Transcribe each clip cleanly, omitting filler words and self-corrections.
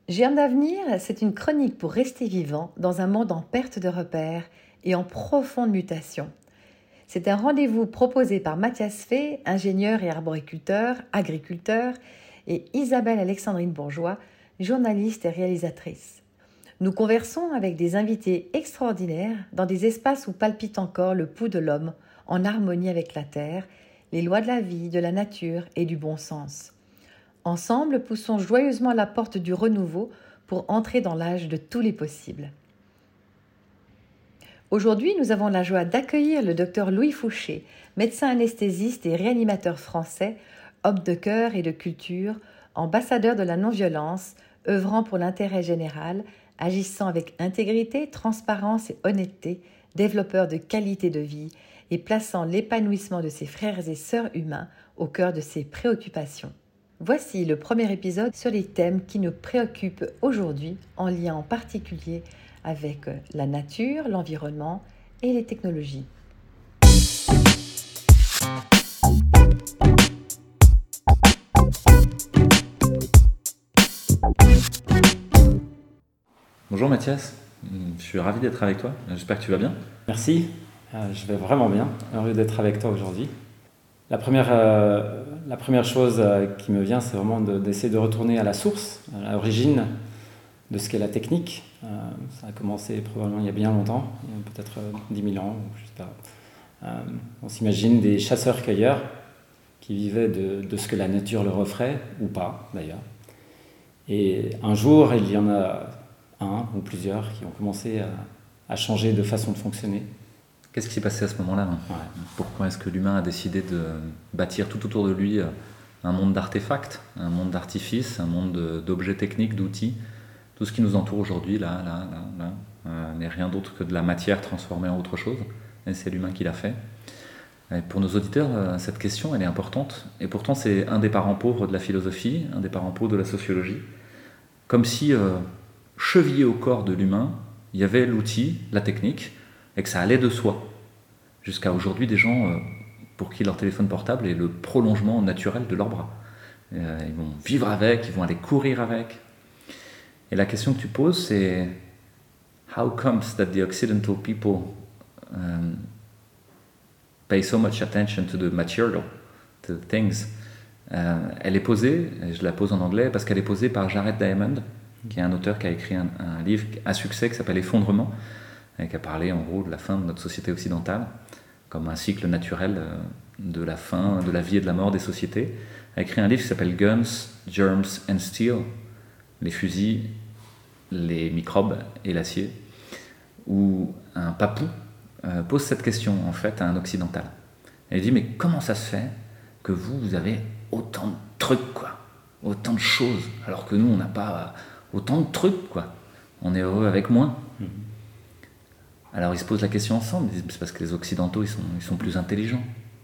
Germe d'avenir, c'est une chronique pour rester vivant dans un monde en perte de repères et en profonde mutation. C'est un rendez-vous proposé par Mathias Fay, ingénieur et arboriculteur, agriculteur, et Isabelle Alexandrine Bourgeois, journaliste et réalisatrice. Nous conversons avec des invités extraordinaires dans des espaces où palpite encore le pouls de l'homme en harmonie avec la terre, les lois de la vie, de la nature et du bon sens. Ensemble, poussons joyeusement la porte du renouveau pour entrer dans l'âge de tous les possibles. Aujourd'hui, nous avons la joie d'accueillir le docteur Louis Fouché, médecin anesthésiste et réanimateur français, homme de cœur et de culture, ambassadeur de la non-violence, œuvrant pour l'intérêt général, agissant avec intégrité, transparence et honnêteté, développeur de qualité de vie et plaçant l'épanouissement de ses frères et sœurs humains au cœur de ses préoccupations. Voici le premier épisode sur les thèmes qui nous préoccupent aujourd'hui, en lien en particulier avec la nature, l'environnement et les technologies. Bonjour Mathias, je suis ravi d'être avec toi, j'espère que tu vas bien. Merci, je vais vraiment bien, heureux d'être avec toi aujourd'hui. La première chose qui me vient, c'est vraiment d'essayer de retourner à la source, à l'origine de ce qu'est la technique. Ça a commencé probablement il y a bien longtemps, il y a peut-être 10 000 ans, je sais pas. On s'imagine des chasseurs-cueilleurs qui vivaient de ce que la nature leur offrait, ou pas d'ailleurs. Et un jour, il y en a un ou plusieurs qui ont commencé à changer de façon de fonctionner. Qu'est-ce qui s'est passé à ce moment-là ? Ouais. Pourquoi est-ce que l'humain a décidé de bâtir tout autour de lui un monde d'artefacts, un monde d'artifices, un monde d'objets techniques, d'outils ? Tout ce qui nous entoure aujourd'hui, là, n'est rien d'autre que de la matière transformée en autre chose. Et c'est l'humain qui l'a fait. Et pour nos auditeurs, cette question, elle est importante. Et pourtant, c'est un des parents pauvres de la philosophie, un des parents pauvres de la sociologie. Comme si, chevillé au corps de l'humain, il y avait l'outil, la technique, et que ça allait de soi. Jusqu'à aujourd'hui, des gens pour qui leur téléphone portable est le prolongement naturel de leurs bras. Ils vont vivre avec, ils vont aller courir avec. Et la question que tu poses, c'est how comes that the Occidental people pay so much attention to the material, to the things? Elle est posée, et je la pose en anglais, parce qu'elle est posée par Jared Diamond, qui est un auteur qui a écrit un livre à succès qui s'appelle Effondrement, et qui a parlé en gros de la fin de notre société occidentale, comme un cycle naturel de la fin, de la vie et de la mort des sociétés. Il a écrit un livre qui s'appelle Guns, Germs and Steel, les fusils, les microbes et l'acier, où un papou pose cette question en fait à un occidental. Et il dit, mais comment ça se fait que vous avez autant de trucs, quoi, autant de choses, alors que nous on n'a pas autant de trucs, quoi. On est heureux avec moins. Alors ils se posent la question ensemble, ils disent, c'est parce que les occidentaux ils sont plus intelligents.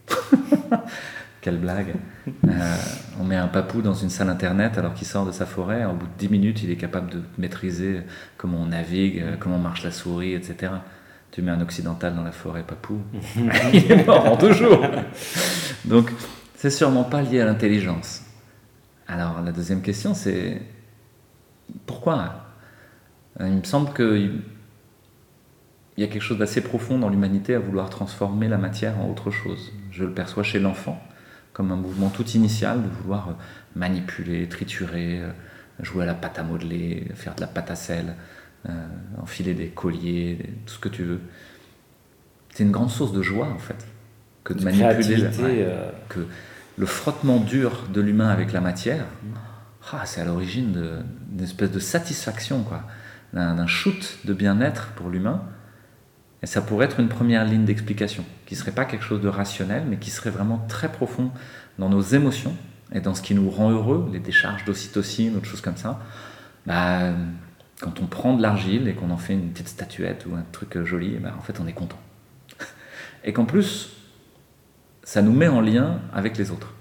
Quelle blague. On met un papou dans une salle internet alors qu'il sort de sa forêt, au bout de 10 minutes il est capable de maîtriser comment on navigue, comment marche la souris, etc. Tu mets un occidental dans la forêt papou, il est mort en 2 jours. Donc c'est sûrement pas lié à l'intelligence. Alors la deuxième question c'est pourquoi ? Il me semble qu'il y a quelque chose d'assez profond dans l'humanité à vouloir transformer la matière en autre chose. Je le perçois chez l'enfant comme un mouvement tout initial de vouloir manipuler, triturer, jouer à la pâte à modeler, faire de la pâte à sel, enfiler des colliers, tout ce que tu veux. C'est une grande source de joie en fait, que de manipuler, que le frottement dur de l'humain avec la matière. C'est à l'origine d'une espèce de satisfaction, quoi, d'un shoot de bien-être pour l'humain. Et ça pourrait être une première ligne d'explication, qui ne serait pas quelque chose de rationnel, mais qui serait vraiment très profond dans nos émotions et dans ce qui nous rend heureux, les décharges d'ocytocine, autre chose comme ça. Quand on prend de l'argile et qu'on en fait une petite statuette ou un truc joli, en fait on est content. Et qu'en plus, ça nous met en lien avec les autres.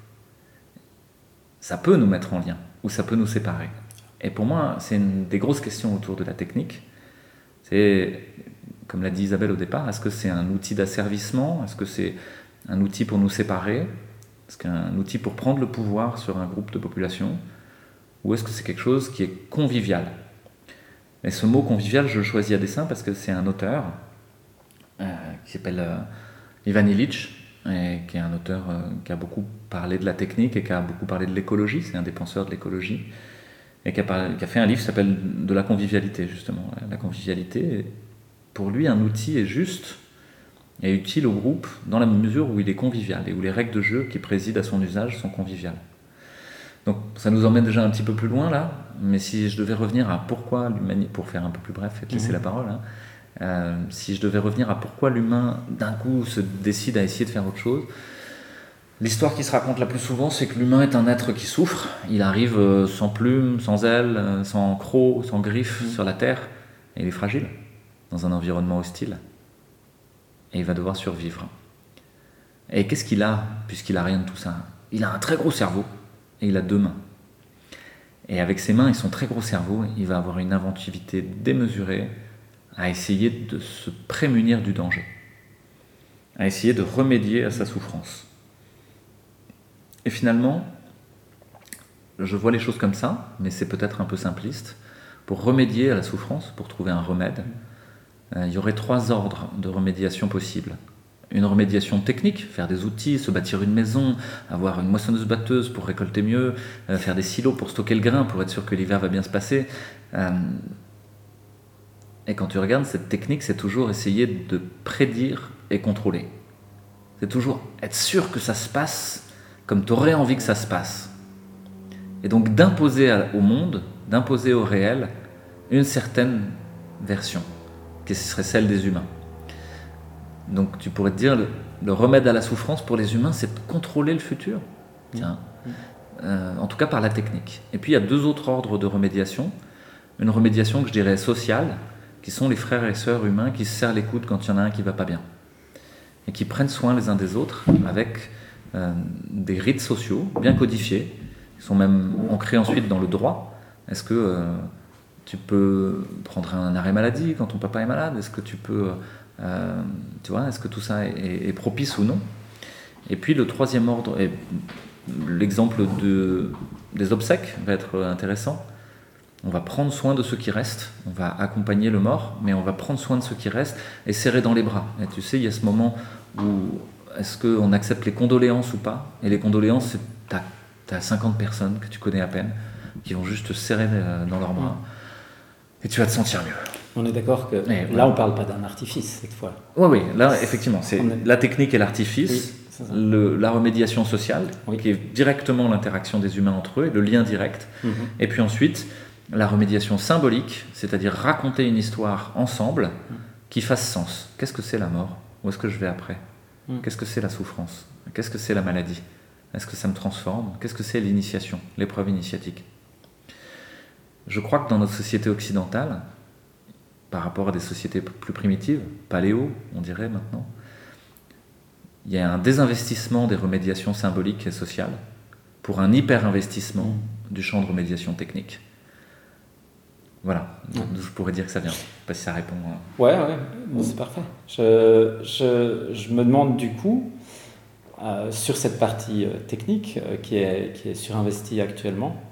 Ça peut nous mettre en lien, ou ça peut nous séparer. Et pour moi, c'est une des grosses questions autour de la technique. C'est, comme l'a dit Isabelle au départ, est-ce que c'est un outil d'asservissement ? Est-ce que c'est un outil pour nous séparer ? Est-ce qu'un outil pour prendre le pouvoir sur un groupe de population ? ou est-ce que c'est quelque chose qui est convivial? Et ce mot convivial, je le choisis à dessein parce que c'est un auteur qui s'appelle Ivan Illich, et qui est un auteur qui a beaucoup parlé de la technique et qui a beaucoup parlé de l'écologie. C'est un des penseurs de l'écologie, et qui a fait un livre qui s'appelle De la convivialité, justement. La convivialité, pour lui, un outil est juste et utile au groupe dans la mesure où il est convivial et où les règles de jeu qui président à son usage sont conviviales. Donc ça nous emmène déjà un petit peu plus loin là, mais si je devais revenir à pourquoi l'humanité, pour faire un peu plus bref et te laisser la parole, si je devais revenir à pourquoi l'humain d'un coup se décide à essayer de faire autre chose, l'histoire qui se raconte la plus souvent, c'est que l'humain est un être qui souffre. Il arrive sans plumes, sans ailes, sans crocs, sans griffes sur la terre, et il est fragile dans un environnement hostile, et il va devoir survivre. Et qu'est-ce qu'il a, puisqu'il a rien de tout ça? Il a un très gros cerveau, et il a 2 mains. Et avec ses mains et son très gros cerveau, il va avoir une inventivité démesurée à essayer de se prémunir du danger, à essayer de remédier à sa souffrance. Et finalement, je vois les choses comme ça, mais c'est peut-être un peu simpliste. Pour remédier à la souffrance, pour trouver un remède, il y aurait 3 ordres de remédiation possibles. Une remédiation technique, faire des outils, se bâtir une maison, avoir une moissonneuse-batteuse pour récolter mieux, faire des silos pour stocker le grain, pour être sûr que l'hiver va bien se passer. Et quand tu regardes cette technique, c'est toujours essayer de prédire et contrôler. C'est toujours être sûr que ça se passe comme tu aurais envie que ça se passe. Et donc d'imposer au monde, d'imposer au réel, une certaine version, qui serait celle des humains. Donc tu pourrais te dire, le remède à la souffrance pour les humains, c'est de contrôler le futur. Tiens. En tout cas par la technique. Et puis il y a 2 autres ordres de remédiation. Une remédiation que je dirais sociale, qui sont les frères et sœurs humains qui se serrent les coudes quand il y en a un qui ne va pas bien. Et qui prennent soin les uns des autres avec des rites sociaux bien codifiés, qui sont même ancrés ensuite dans le droit. Est-ce que tu peux prendre un arrêt maladie quand ton papa est malade? Est-ce que tu peux... tu vois, est-ce que tout ça est propice ou non? Et puis le 3e ordre, et l'exemple des obsèques va être intéressant. On va prendre soin de ceux qui restent, on va accompagner le mort, mais on va prendre soin de ceux qui restent et serrer dans les bras. Et tu sais, il y a ce moment où est-ce qu'on accepte les condoléances ou pas? Et les condoléances, c'est t'as 50 personnes que tu connais à peine qui vont juste te serrer dans leurs bras et tu vas te sentir mieux. On est d'accord que là, on ne parle pas d'un artifice cette fois. Oui, là, effectivement, c'est la technique et l'artifice, la remédiation sociale, qui est directement l'interaction des humains entre eux, et le lien direct. Et puis ensuite, la remédiation symbolique, c'est-à-dire raconter une histoire ensemble qui fasse sens. Qu'est-ce que c'est la mort? Où est-ce que je vais après? Qu'est-ce que c'est la souffrance? Qu'est-ce que c'est la maladie? Est-ce que ça me transforme? Qu'est-ce que c'est l'initiation, l'épreuve initiatique? Je crois que dans notre société occidentale, par rapport à des sociétés plus primitives, paléo, on dirait maintenant, il y a un désinvestissement des remédiations symboliques et sociales pour un hyper-investissement du champ de remédiation technique. Voilà, je pourrais dire que ça vient. Je ne sais pas si ça répond. Ouais, c'est parfait. Je me demande du coup, sur cette partie technique qui est surinvestie actuellement,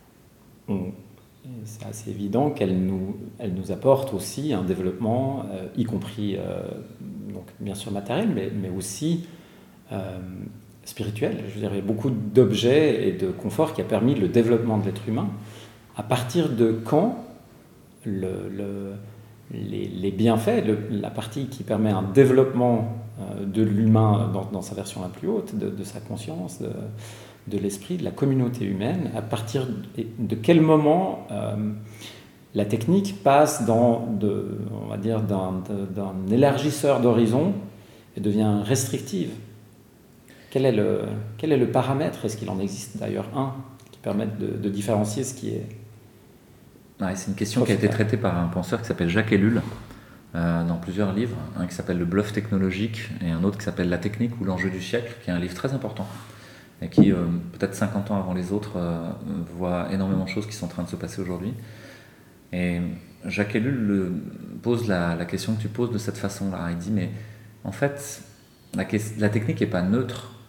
c'est assez évident qu'elle nous apporte aussi un développement, y compris donc bien sûr matériel, mais aussi spirituel. Je veux dire, il y a beaucoup d'objets et de confort qui a permis le développement de l'être humain. À partir de quand les bienfaits, la partie qui permet un développement de l'humain dans sa version la plus haute, de sa conscience, de l'esprit, de la communauté humaine, à partir de quel moment la technique passe on va dire, d'un élargisseur d'horizon et devient restrictive? Quel est le paramètre? Est-ce qu'il en existe d'ailleurs un qui permette de différencier ce qui est... C'est une question qui a été traitée par un penseur qui s'appelle Jacques Ellul dans plusieurs livres, un qui s'appelle Le bluff technologique et un autre qui s'appelle La technique ou l'enjeu du siècle, qui est un livre très important et qui, peut-être 50 ans avant les autres, voit énormément de choses qui sont en train de se passer aujourd'hui. Et Jacques Ellul pose la question que tu poses de cette façon-là. Il dit, mais en fait, la technique n'est pas neutre.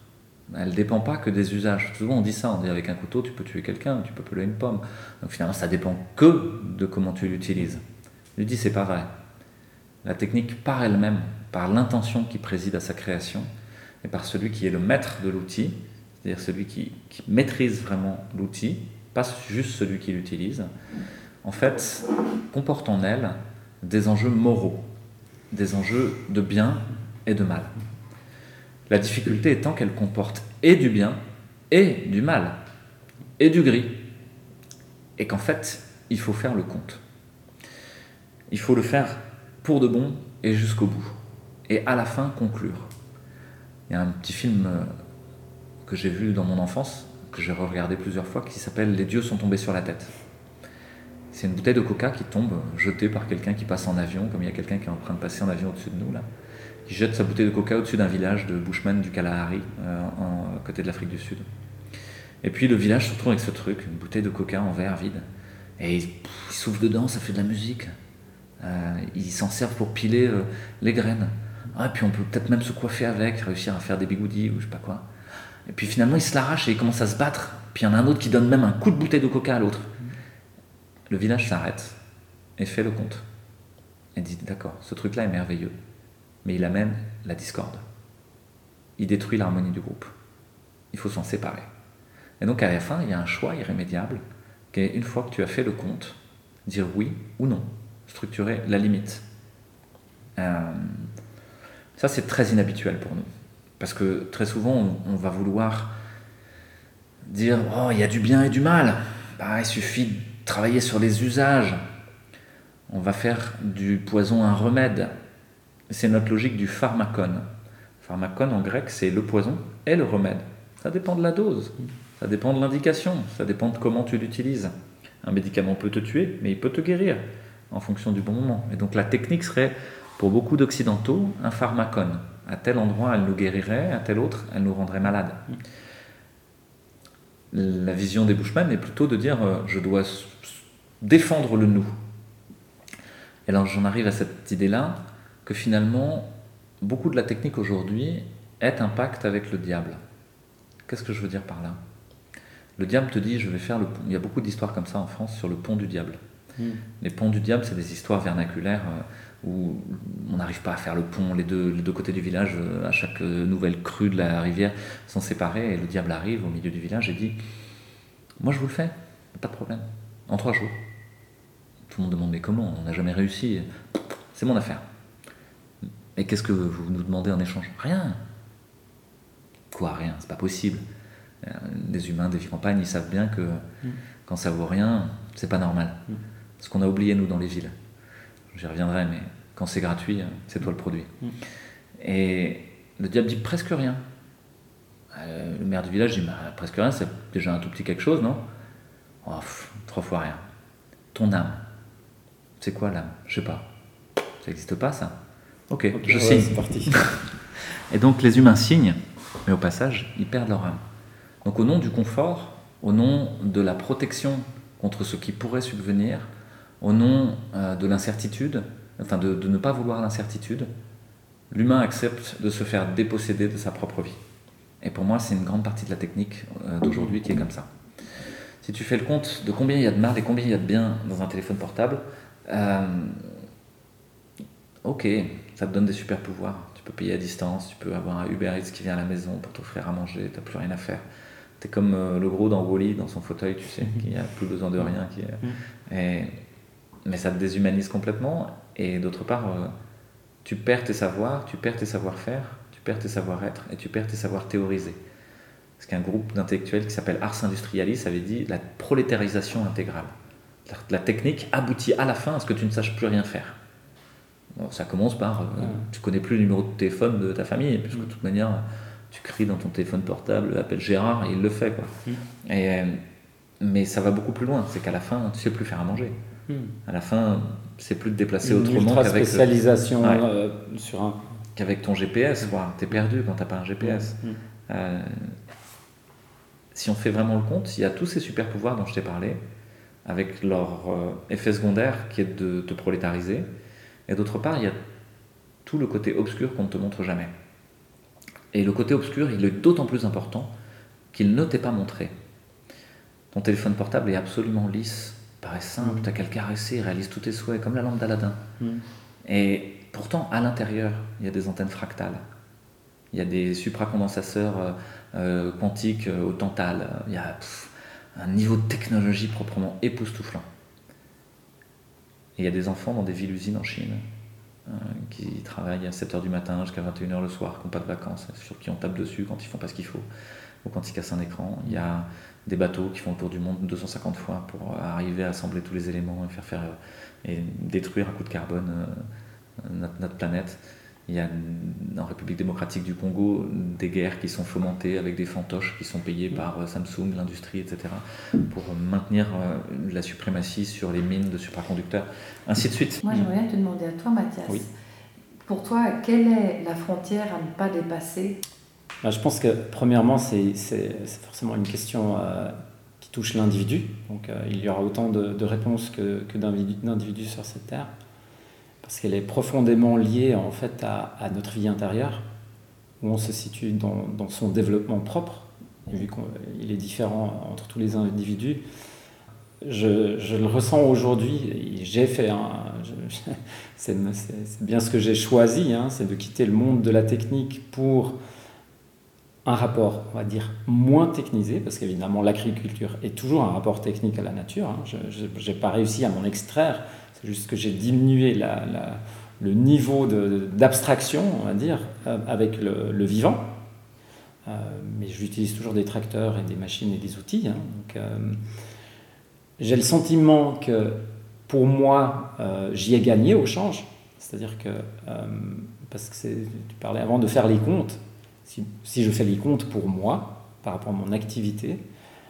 elle ne dépend pas que des usages. Souvent on dit ça, on dit avec un couteau tu peux tuer quelqu'un, tu peux peler une pomme. Donc finalement ça dépend que de comment tu l'utilises. Je lui dis c'est pas vrai. La technique par elle-même, par l'intention qui préside à sa création, et par celui qui est le maître de l'outil, c'est-à-dire celui qui maîtrise vraiment l'outil, pas juste celui qui l'utilise, en fait comporte en elle des enjeux moraux, des enjeux de bien et de mal. La difficulté étant qu'elle comporte et du bien, et du mal, et du gris. Et qu'en fait, il faut faire le compte. Il faut le faire pour de bon et jusqu'au bout. Et à la fin, conclure. Il y a un petit film que j'ai vu dans mon enfance, que j'ai regardé plusieurs fois, qui s'appelle « Les dieux sont tombés sur la tête ». C'est une bouteille de coca qui tombe, jetée par quelqu'un qui passe en avion, comme il y a quelqu'un qui est en train de passer en avion au-dessus de nous, là. Qui jette sa bouteille de coca au-dessus d'un village de Bushmen du Kalahari, à côté de l'Afrique du Sud. Et puis le village se retrouve avec ce truc, une bouteille de coca en verre vide. Et il souffle dedans, ça fait de la musique. Ils s'en servent pour piler les graines. Et puis on peut peut-être même se coiffer avec, réussir à faire des bigoudis ou je sais pas quoi. Et puis finalement ils se l'arrachent et ils commencent à se battre. Puis il y en a un autre qui donne même un coup de bouteille de coca à l'autre. Le village s'arrête et fait le compte. Et dit d'accord, ce truc-là est merveilleux. Mais il amène la discorde. Il détruit l'harmonie du groupe. Il faut s'en séparer. Et donc à la fin, il y a un choix irrémédiable qui est, une fois que tu as fait le compte, dire oui ou non, structurer la limite. Ça, c'est très inhabituel pour nous. Parce que très souvent, on va vouloir dire « Oh, il y a du bien et du mal. Il suffit de travailler sur les usages. On va faire du poison un remède. » C'est notre logique du pharmakon. Pharmakon en grec, c'est le poison et le remède. Ça dépend de la dose, ça dépend de l'indication, ça dépend de comment tu l'utilises. Un médicament peut te tuer, mais il peut te guérir en fonction du bon moment. Et donc la technique serait, pour beaucoup d'occidentaux, un pharmakon. À tel endroit, elle nous guérirait, à tel autre, elle nous rendrait malades. La vision des Bushmen est plutôt de dire je dois défendre le nous. Et alors j'en arrive à cette idée-là, que finalement, beaucoup de la technique aujourd'hui est un pacte avec le diable. Qu'est-ce que je veux dire par là ? Le diable te dit, je vais faire le pont. Il y a beaucoup d'histoires comme ça en France sur le pont du diable. Les ponts du diable, c'est des histoires vernaculaires où on n'arrive pas à faire le pont, les deux côtés du village, à chaque nouvelle crue de la rivière, sont séparés, et le diable arrive au milieu du village et dit « Moi je vous le fais, pas de problème, en 3 jours. » Tout le monde demande « Mais comment ? On n'a jamais réussi. » C'est mon affaire. Et qu'est-ce que vous nous demandez en échange ? Rien. Quoi, rien ? C'est pas possible. Les humains des campagnes, ils savent bien que quand ça vaut rien, c'est pas normal. Ce qu'on a oublié, nous, dans les villes. J'y reviendrai, mais quand c'est gratuit, c'est toi le produit. Et le diable dit presque rien. Le maire du village dit presque rien, c'est déjà un tout petit quelque chose, non ? 3 fois rien. Ton âme. C'est quoi l'âme ? Je sais pas. Ça n'existe pas, ça ? Ok, je signe. C'est parti. Et donc les humains signent, mais au passage, ils perdent leur âme. Donc au nom du confort, au nom de la protection contre ce qui pourrait subvenir, au nom de l'incertitude, enfin de ne pas vouloir l'incertitude, l'humain accepte de se faire déposséder de sa propre vie. Et pour moi, c'est une grande partie de la technique d'aujourd'hui qui est comme ça. Si tu fais le compte de combien il y a de mal et combien il y a de bien dans un téléphone portable, ok, ça te donne des super pouvoirs. Tu peux payer à distance, tu peux avoir un Uber Eats qui vient à la maison pour t'offrir à manger, t'as plus rien à faire. T'es comme le gros dans Wall-E, dans son fauteuil, tu sais, qui a plus besoin de rien. Mais ça te déshumanise complètement. Et d'autre part, tu perds tes savoirs, tu perds tes savoir-faire, tu perds tes savoir-être et tu perds tes savoirs théorisés. Parce qu'un groupe d'intellectuels qui s'appelle Ars Industrialis avait dit la prolétarisation intégrale. La technique aboutit à la fin à ce que tu ne saches plus rien faire. Bon, ça commence par tu connais plus le numéro de téléphone de ta famille, puisque de toute manière tu cries dans ton téléphone portable, appelle Gérard, et il le fait, quoi. Mais ça va beaucoup plus loin, c'est qu'à la fin tu sais plus faire à manger. À la fin c'est plus de déplacer autrement qu'avec spécialisation sur un... qu'avec ton GPS, quoi. T'es perdu quand t'as pas un GPS. Si on fait vraiment le compte, il y a tous ces super pouvoirs dont je t'ai parlé, avec leur effet secondaire qui est de te prolétariser. Et d'autre part, il y a tout le côté obscur qu'on ne te montre jamais. Et le côté obscur, il est d'autant plus important qu'il ne t'est pas montré. Ton téléphone portable est absolument lisse, paraît simple, t'as qu'à le caresser, réalise tous tes souhaits, comme la lampe d'Aladin. Et pourtant, à l'intérieur, il y a des antennes fractales. Il y a des supracondensateurs quantiques au tantal. Il y a un niveau de technologie proprement époustouflant. Et il y a des enfants dans des villes-usines en Chine qui travaillent à 7h du matin jusqu'à 21h le soir, qui n'ont pas de vacances, sur qui on tape dessus quand ils ne font pas ce qu'il faut, ou quand ils cassent un écran. Il y a des bateaux qui font le tour du monde 250 fois pour arriver à assembler tous les éléments et détruire à coup de carbone notre planète. Il y a en République démocratique du Congo des guerres qui sont fomentées avec des fantoches qui sont payés par Samsung, l'industrie, etc. pour maintenir la suprématie sur les mines de supraconducteurs, ainsi de suite. Moi, j'aimerais bien te demander à toi, Mathias, Oui. Pour toi, quelle est la frontière à ne pas dépasser ? Je pense que premièrement, c'est forcément une question qui touche l'individu. Donc il y aura autant de réponses que d'individus sur cette terre. Parce qu'elle est profondément liée en fait à notre vie intérieure, où on se situe dans son développement propre, et vu qu'il est différent entre tous les individus. Je le ressens aujourd'hui, c'est bien ce que j'ai choisi, c'est de quitter le monde de la technique pour un rapport, on va dire, moins technisé, parce qu'évidemment l'agriculture est toujours un rapport technique à la nature. Je n'ai pas réussi à m'en extraire. C'est juste que j'ai diminué le niveau d'abstraction, on va dire, avec le vivant. Mais j'utilise toujours des tracteurs et des machines et des outils. Donc, j'ai le sentiment que, pour moi, j'y ai gagné au change. C'est-à-dire que, parce que tu parlais avant de faire les comptes, si je fais les comptes pour moi, par rapport à mon activité,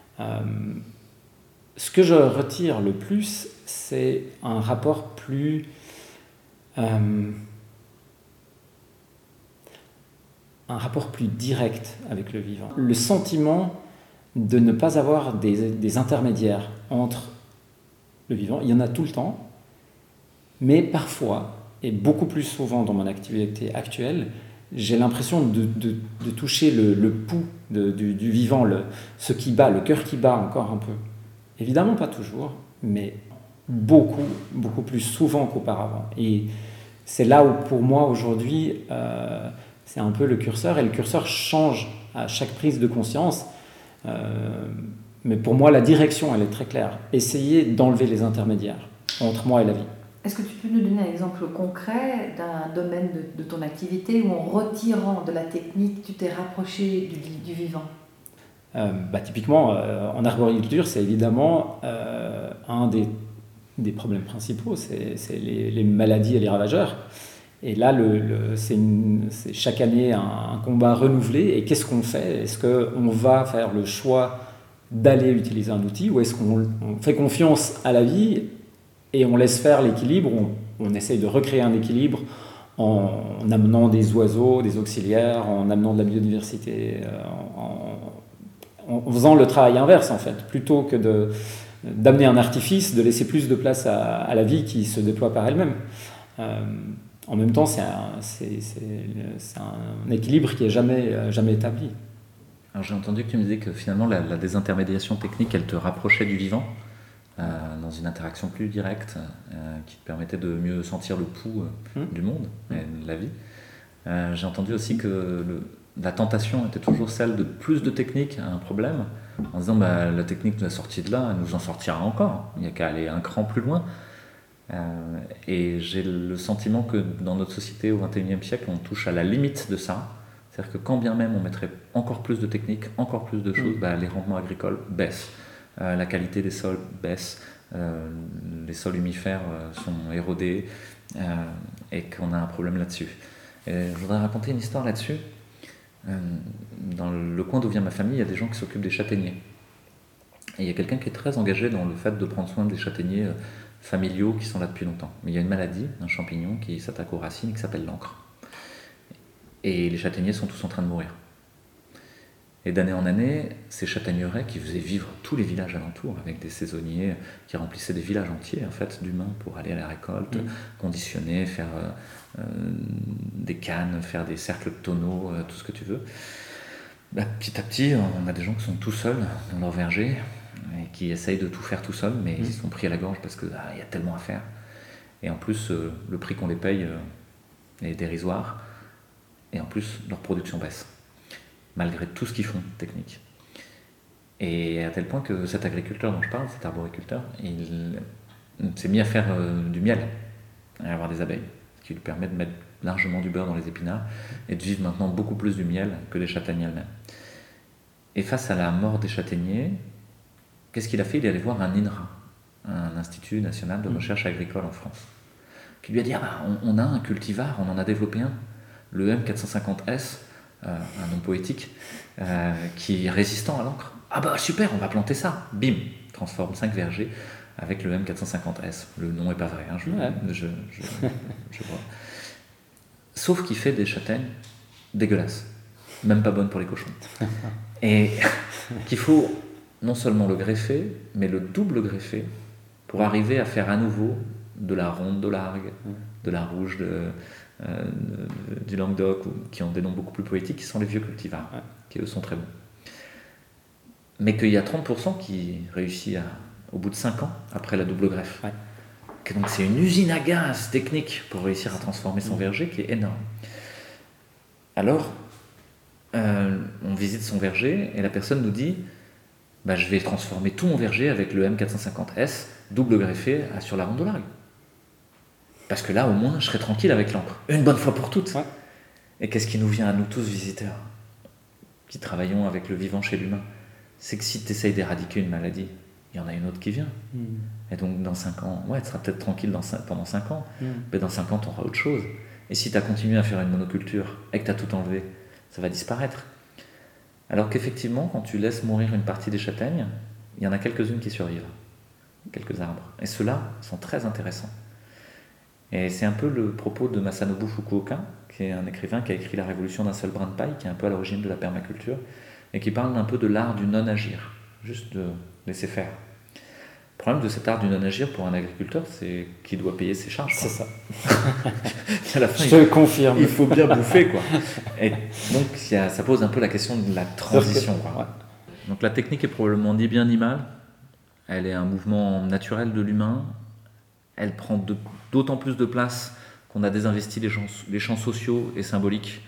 ce que je retire le plus, c'est un rapport plus direct avec le vivant. Le sentiment de ne pas avoir des intermédiaires entre le vivant, il y en a tout le temps, mais parfois, et beaucoup plus souvent dans mon activité actuelle, j'ai l'impression de toucher le pouls du vivant, ce qui bat, le cœur qui bat encore un peu. Évidemment pas toujours, mais beaucoup, beaucoup plus souvent qu'auparavant. Et c'est là où, pour moi, aujourd'hui, c'est un peu le curseur, et le curseur change à chaque prise de conscience. Mais pour moi, la direction, elle est très claire. Essayer d'enlever les intermédiaires entre moi et la vie. Est-ce que tu peux nous donner un exemple concret d'un domaine de ton activité où, en retirant de la technique, tu t'es rapproché du vivant ? Typiquement, en arboriculture, c'est évidemment un des problèmes principaux, c'est les maladies et les ravageurs. Et là, c'est chaque année un combat renouvelé. Et qu'est-ce qu'on fait ? Est-ce qu'on va faire le choix d'aller utiliser un outil, ou est-ce qu'on fait confiance à la vie et on laisse faire l'équilibre, on essaye de recréer un équilibre en amenant des oiseaux, des auxiliaires, en amenant de la biodiversité, en faisant le travail inverse en fait, plutôt que d'amener un artifice, de laisser plus de place à la vie qui se déploie par elle-même. En même temps, c'est un équilibre qui n'est jamais établi. Alors, j'ai entendu que tu me disais que finalement la désintermédiation technique, elle te rapprochait du vivant, dans une interaction plus directe, qui te permettait de mieux sentir le pouls du monde et de la vie. J'ai entendu aussi que la tentation était toujours celle de plus de technique à un problème, en disant la technique nous a sorti de là, elle nous en sortira encore, il n'y a qu'à aller un cran plus loin. Et j'ai le sentiment que dans notre société au XXIe siècle, on touche à la limite de ça. C'est-à-dire que quand bien même on mettrait encore plus de techniques, encore plus de choses, les rendements agricoles baissent, la qualité des sols baisse, les sols humifères sont érodés, et qu'on a un problème là-dessus. Et je voudrais raconter une histoire là-dessus. Dans le coin d'où vient ma famille, il y a des gens qui s'occupent des châtaigniers. Et il y a quelqu'un qui est très engagé dans le fait de prendre soin des châtaigniers familiaux qui sont là depuis longtemps. Mais il y a une maladie, un champignon qui s'attaque aux racines, qui s'appelle l'encre. Et les châtaigniers sont tous en train de mourir. Et d'année en année, ces châtaigneraies qui faisaient vivre tous les villages alentours, avec des saisonniers qui remplissaient des villages entiers en fait, d'humains pour aller à la récolte, conditionner, faire des cannes, faire des cercles de tonneaux, tout ce que tu veux. Bah, petit à petit, on a des gens qui sont tout seuls dans leur verger et qui essayent de tout faire tout seuls, mais ils sont pris à la gorge parce qu'il y a tellement à faire. Et en plus, le prix qu'on les paye est dérisoire. Et en plus, leur production baisse, malgré tout ce qu'ils font, technique. Et à tel point que cet agriculteur dont je parle, cet arboriculteur, il s'est mis à faire du miel, à avoir des abeilles, ce qui lui permet de mettre largement du beurre dans les épinards et de vivre maintenant beaucoup plus du miel que des châtaigniers elles-mêmes. Et face à la mort des châtaigniers, qu'est-ce qu'il a fait ? Il est allé voir un INRA, un Institut National de Recherche Agricole en France, qui lui a dit on a un cultivar, on en a développé un, le M450S, un nom poétique, qui est résistant à l'encre. Ah bah super, on va planter ça. Bim, transforme 5 vergers avec le M450S. Le nom est pas vrai, hein, je vois. Sauf qu'il fait des châtaignes dégueulasses, même pas bonnes pour les cochons. Et qu'il faut non seulement le greffer, mais le double greffer pour arriver à faire à nouveau de la ronde de Largue, de la rouge du Languedoc, qui ont des noms beaucoup plus poétiques, qui sont les vieux cultivars, qui eux sont très bons. Mais qu'il y a 30% qui réussit au bout de 5 ans, après la double greffe. Ouais. Donc c'est une usine à gaz technique pour réussir à transformer son verger qui est énorme. Alors, on visite son verger et la personne nous dit je vais transformer tout mon verger avec le M450S double greffé sur la ronde de Largue. Parce que là, au moins, je serai tranquille avec l'encre. Une bonne fois pour toutes. Ouais. Et qu'est-ce qui nous vient à nous tous, visiteurs, qui travaillons avec le vivant chez l'humain ? C'est que si tu essayes d'éradiquer une maladie, il y en a une autre qui vient. Et donc, dans 5 ans, tu seras peut-être tranquille pendant 5 ans, mais dans 5 ans, tu auras autre chose. Et si tu as continué à faire une monoculture et que tu as tout enlevé, ça va disparaître. Alors qu'effectivement, quand tu laisses mourir une partie des châtaignes, il y en a quelques-unes qui survivent, quelques arbres. Et ceux-là sont très intéressants. Et c'est un peu le propos de Masanobu Fukuoka, qui est un écrivain qui a écrit La Révolution d'un seul brin de paille, qui est un peu à l'origine de la permaculture, et qui parle un peu de l'art du non-agir, juste de laisser faire. Le problème de cet art du non-agir pour un agriculteur, c'est qu'il doit payer ses charges. C'est ça. À la fin, je te confirme. Il faut bien bouffer, quoi. Et donc, ça pose un peu la question de la transition. Quoi. Ouais. Donc la technique est probablement ni bien ni mal. Elle est un mouvement naturel de l'humain. Elle prend d'autant plus de place qu'on a désinvesti les champs sociaux et symboliques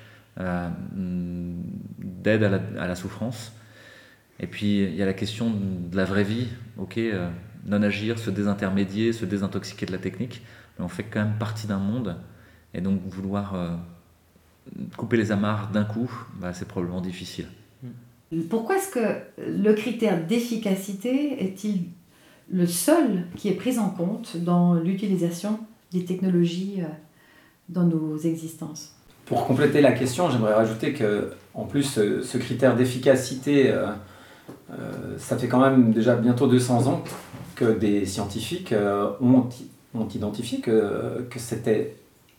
d'aide à la souffrance. Et puis, il y a la question de la vraie vie. Non-agir, se désintermédier, se désintoxiquer de la technique. Mais on fait quand même partie d'un monde. Et donc, vouloir couper les amarres d'un coup, c'est probablement difficile. Pourquoi est-ce que le critère d'efficacité est-il le seul qui est pris en compte dans l'utilisation des technologies dans nos existences ? Pour compléter la question, j'aimerais rajouter que, en plus, ce critère d'efficacité, ça fait quand même déjà bientôt 200 ans que des scientifiques ont identifié que c'était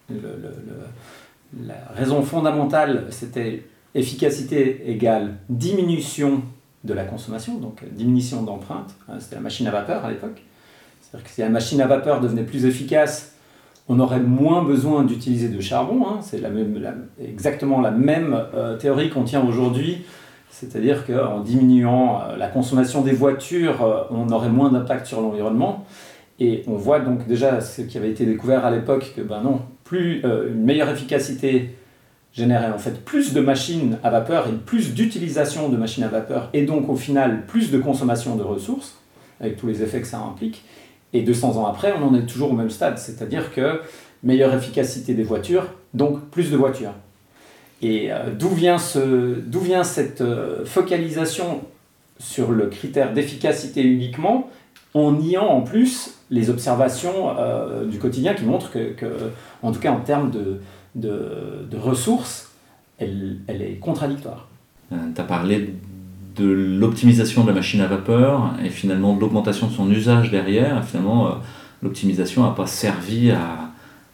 la raison fondamentale, c'était efficacité égale diminution de la consommation, donc diminution d'empreinte. C'était la machine à vapeur à l'époque. C'est-à-dire que si la machine à vapeur devenait plus efficace, on aurait moins besoin d'utiliser de charbon. C'est exactement la même théorie qu'on tient aujourd'hui. C'est-à-dire qu'en diminuant la consommation des voitures, on aurait moins d'impact sur l'environnement. Et on voit donc déjà ce qui avait été découvert à l'époque, que une meilleure efficacité générait en fait plus de machines à vapeur et plus d'utilisation de machines à vapeur, et donc au final plus de consommation de ressources, avec tous les effets que ça implique. Et 200 ans après, on en est toujours au même stade, c'est-à-dire que meilleure efficacité des voitures, donc plus de voitures. Et d'où vient cette focalisation sur le critère d'efficacité uniquement, en niant en plus les observations du quotidien qui montrent que, en tout cas en termes de ressources, elle est contradictoire. Tu as parlé de l'optimisation de la machine à vapeur et finalement de l'augmentation de son usage derrière. Et finalement, l'optimisation n'a pas servi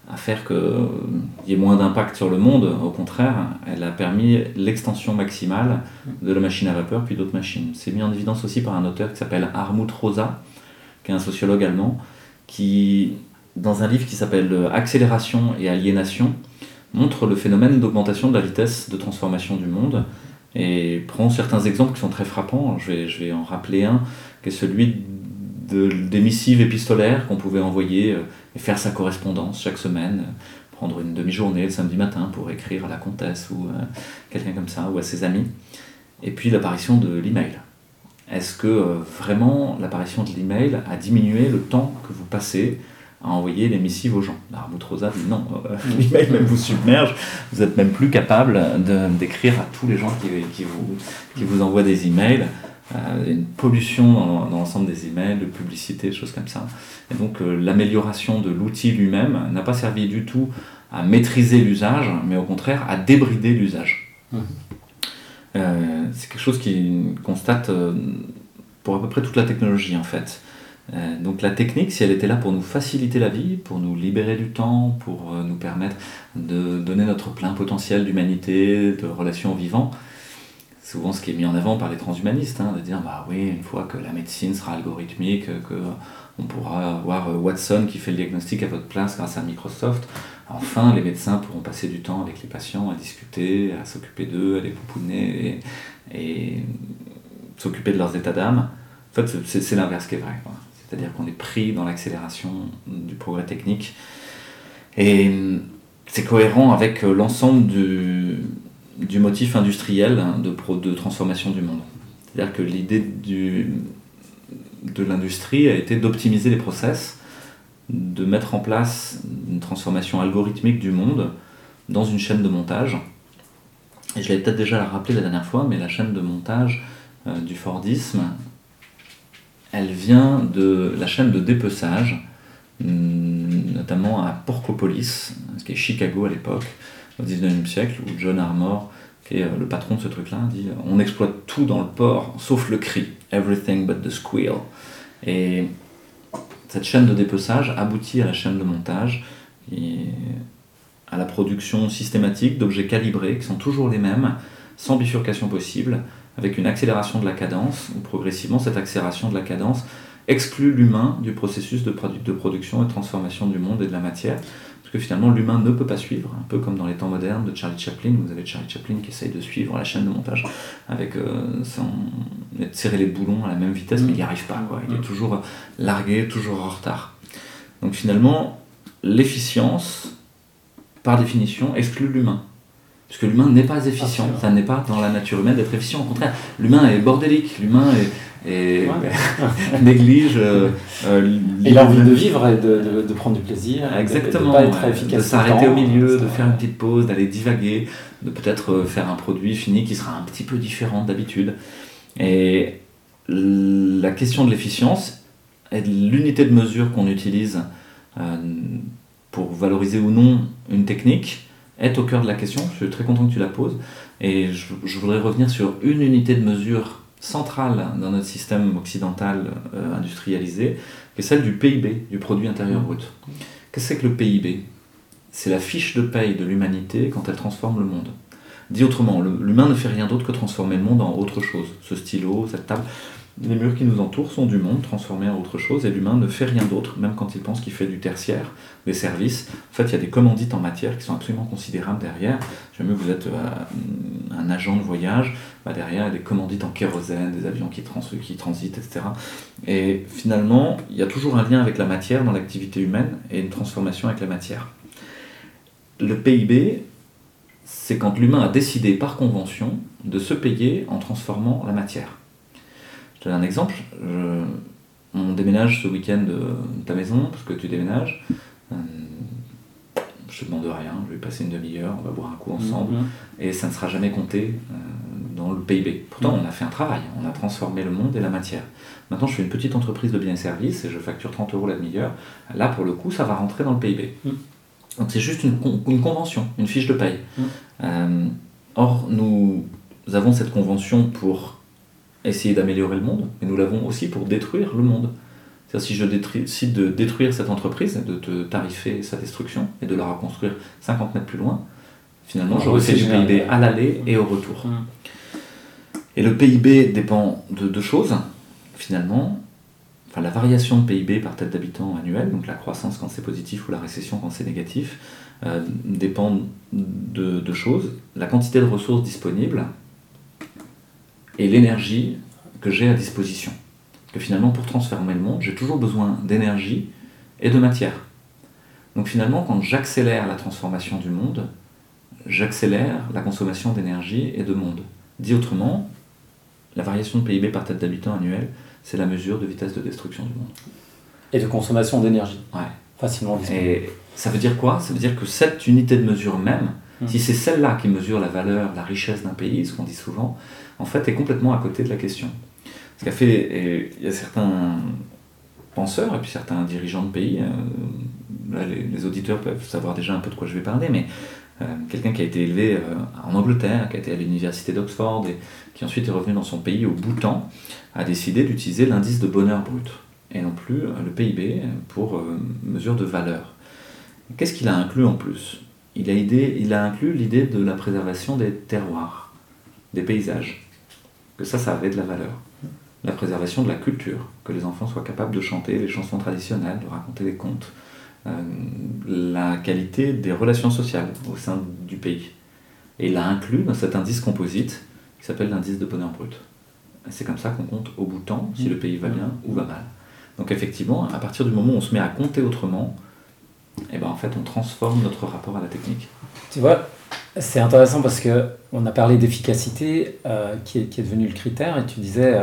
à faire qu'il y ait moins d'impact sur le monde. Au contraire, elle a permis l'extension maximale de la machine à vapeur, puis d'autres machines. C'est mis en évidence aussi par un auteur qui s'appelle Hartmut Rosa, qui est un sociologue allemand, qui, dans un livre qui s'appelle Accélération et aliénation, montre le phénomène d'augmentation de la vitesse de transformation du monde et prend certains exemples qui sont très frappants. Je vais en rappeler un, qui est celui des missives épistolaires qu'on pouvait envoyer et faire sa correspondance chaque semaine, prendre une demi-journée le samedi matin pour écrire à la comtesse ou quelqu'un comme ça, ou à ses amis. Et puis l'apparition de l'email. Est-ce que vraiment l'apparition de l'email a diminué le temps que vous passez à envoyer les missives aux gens? Hartmut Rosa dit non, l'email même vous submerge, vous n'êtes même plus capable d'écrire à tous les gens qui vous envoient des emails. Une pollution dans l'ensemble des emails, de publicité, des choses comme ça. Et donc l'amélioration de l'outil lui-même n'a pas servi du tout à maîtriser l'usage, mais au contraire à débrider l'usage. C'est quelque chose qui constate pour à peu près toute la technologie en fait. Donc la technique, si elle était là pour nous faciliter la vie, pour nous libérer du temps, pour nous permettre de donner notre plein potentiel d'humanité, de relations au vivant, souvent ce qui est mis en avant par les transhumanistes, de dire bah oui, une fois que la médecine sera algorithmique, qu'on pourra avoir Watson qui fait le diagnostic à votre place grâce à Microsoft, enfin les médecins pourront passer du temps avec les patients à discuter, à s'occuper d'eux, à les pouponner et s'occuper de leurs états d'âme. En fait, c'est l'inverse qui est vrai, quoi. C'est-à-dire qu'on est pris dans l'accélération du progrès technique et c'est cohérent avec l'ensemble du motif industriel de transformation du monde. C'est-à-dire que l'idée de l'industrie a été d'optimiser les process, de mettre en place une transformation algorithmique du monde dans une chaîne de montage. Et je l'avais peut-être déjà rappelé la dernière fois, mais la chaîne de montage du Fordisme, elle vient de la chaîne de dépeçage, notamment à Porcopolis, ce qui est Chicago à l'époque, au 19e siècle, où John Armour, qui est le patron de ce truc-là, dit « On exploite tout dans le port, sauf le cri. Everything but the squeal. » Et cette chaîne de dépeçage aboutit à la chaîne de montage, et à la production systématique d'objets calibrés, qui sont toujours les mêmes, sans bifurcation possible, avec une accélération de la cadence, où progressivement cette accélération de la cadence exclut l'humain du processus de production et de transformation du monde et de la matière, parce que finalement l'humain ne peut pas suivre, un peu comme dans les temps modernes de Charlie Chaplin. Vous avez Charlie Chaplin qui essaye de suivre la chaîne de montage avec serrer les boulons à la même vitesse, mais il n'y arrive pas, quoi. Il est toujours largué, toujours en retard. Donc finalement, l'efficience, par définition, exclut l'humain. Parce que l'humain n'est pas efficient, ça n'est pas dans la nature humaine d'être efficient, au contraire, l'humain est bordélique, l'humain néglige et l'envie de vivre et de prendre du plaisir, exactement, de ne pas être efficace, de s'arrêter au milieu, de faire une petite pause, d'aller divaguer, de peut-être faire un produit fini qui sera un petit peu différent d'habitude. Et la question de l'efficience et de l'unité de mesure qu'on utilise pour valoriser ou non une technique est au cœur de la question. Je suis très content que tu la poses, et je voudrais revenir sur une unité de mesure centrale dans notre système occidental industrialisé, qui est celle du PIB, du produit intérieur brut. Qu'est-ce que c'est que le PIB ? C'est la fiche de paye de l'humanité quand elle transforme le monde. Dit autrement, l'humain ne fait rien d'autre que transformer le monde en autre chose. Ce stylo, cette table, les murs qui nous entourent sont du monde transformé en autre chose, et l'humain ne fait rien d'autre, même quand il pense qu'il fait du tertiaire, des services. En fait, il y a des commandites en matière qui sont absolument considérables derrière. Jamais vous êtes un agent de voyage, derrière il y a des commandites en kérosène, des avions qui transitent, etc. Et finalement, il y a toujours un lien avec la matière dans l'activité humaine et une transformation avec la matière. Le PIB, c'est quand l'humain a décidé par convention de se payer en transformant la matière. Je te donne un exemple. On déménage ce week-end de ta maison, parce que tu déménages. Je te demande rien, je vais passer une demi-heure, on va boire un coup ensemble, et ça ne sera jamais compté dans le PIB. Pourtant, on a fait un travail, on a transformé le monde et la matière. Maintenant, je fais une petite entreprise de biens et services, et je facture 30 € la demi-heure. Là, pour le coup, ça va rentrer dans le PIB. Donc c'est juste une convention, une fiche de paye. Or, nous avons cette convention pour essayer d'améliorer le monde, mais nous l'avons aussi pour détruire le monde. C'est-à-dire si je décide de détruire cette entreprise, de te tarifer sa destruction et de la reconstruire 50 mètres plus loin, finalement je refais du PIB à l'aller et au retour. Et le PIB dépend de deux choses, finalement. Enfin, la variation de PIB par tête d'habitant annuel, donc la croissance quand c'est positif ou la récession quand c'est négatif, dépend de deux choses. La quantité de ressources disponibles et l'énergie que j'ai à disposition. Que finalement, pour transformer le monde, j'ai toujours besoin d'énergie et de matière. Donc finalement, quand j'accélère la transformation du monde, j'accélère la consommation d'énergie et de monde. Dit autrement, la variation de PIB par tête d'habitant annuel, c'est la mesure de vitesse de destruction du monde. Et de consommation d'énergie. Ouais. Facilement disponible. Et ça veut dire quoi? Ça veut dire que cette unité de mesure même, si c'est celle-là qui mesure la valeur, la richesse d'un pays, ce qu'on dit souvent, en fait, est complètement à côté de la question. Ce qu'a fait, et il y a certains penseurs et puis certains dirigeants de pays, là les auditeurs peuvent savoir déjà un peu de quoi je vais parler, mais quelqu'un qui a été élevé en Angleterre, qui a été à l'université d'Oxford et qui ensuite est revenu dans son pays au Bhoutan, a décidé d'utiliser l'indice de bonheur brut et non plus le PIB pour mesure de valeur. Qu'est-ce qu'il a inclus en plus? Il a inclus l'idée de la préservation des terroirs, des paysages, que ça avait de la valeur. La préservation de la culture, que les enfants soient capables de chanter les chansons traditionnelles, de raconter des contes, la qualité des relations sociales au sein du pays. Et il l'a inclus dans cet indice composite qui s'appelle l'indice de bonheur brut. Et c'est comme ça qu'on compte au bout de temps si le pays va bien ou va mal. Donc effectivement, à partir du moment où on se met à compter autrement, et ben en fait on transforme notre rapport à la technique. Tu vois, c'est intéressant parce qu'on a parlé d'efficacité qui est devenu le critère, et tu disais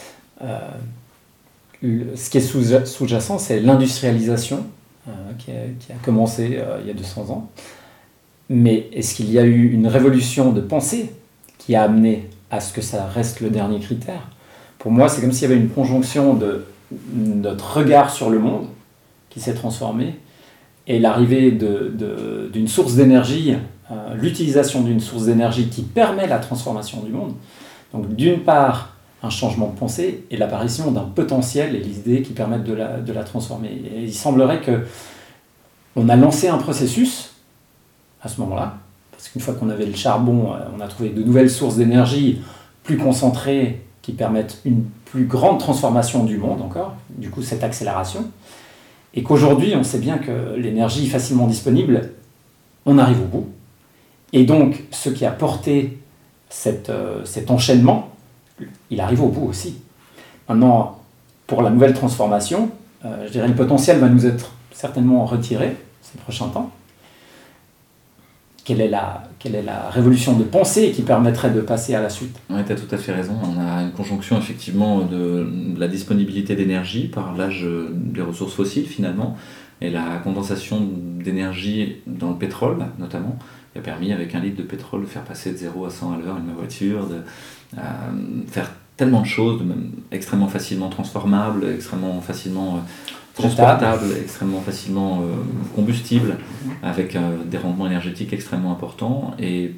ce qui est sous-jacent, c'est l'industrialisation qui a commencé il y a 200 ans. Mais est-ce qu'il y a eu une révolution de pensée qui a amené à ce que ça reste le dernier critère? Pour moi, c'est comme s'il y avait une conjonction de notre regard sur le monde qui s'est transformé et l'arrivée d'une source d'énergie, l'utilisation d'une source d'énergie qui permet la transformation du monde. Donc d'une part, un changement de pensée et l'apparition d'un potentiel et l'idée qui permettent de la transformer. Et il semblerait qu'on a lancé un processus à ce moment-là, parce qu'une fois qu'on avait le charbon, on a trouvé de nouvelles sources d'énergie plus concentrées qui permettent une plus grande transformation du monde encore, du coup cette accélération, et qu'aujourd'hui on sait bien que l'énergie facilement disponible, on arrive au bout, et donc ce qui a porté cet enchaînement, il arrive au bout aussi. Maintenant, pour la nouvelle transformation, je dirais le potentiel va nous être certainement retiré ces prochains temps. Quelle est la révolution de pensée qui permettrait de passer à la suite? Oui, tu as tout à fait raison. On a une conjonction effectivement de la disponibilité d'énergie par l'âge des ressources fossiles finalement, et la condensation d'énergie dans le pétrole notamment, qui a permis avec 1 litre de pétrole de faire passer de 0 à 100 à l'heure une voiture, de faire tellement de choses, extrêmement facilement transformables, extrêmement facilement transportable, extrêmement facilement combustible, avec des rendements énergétiques extrêmement importants. Et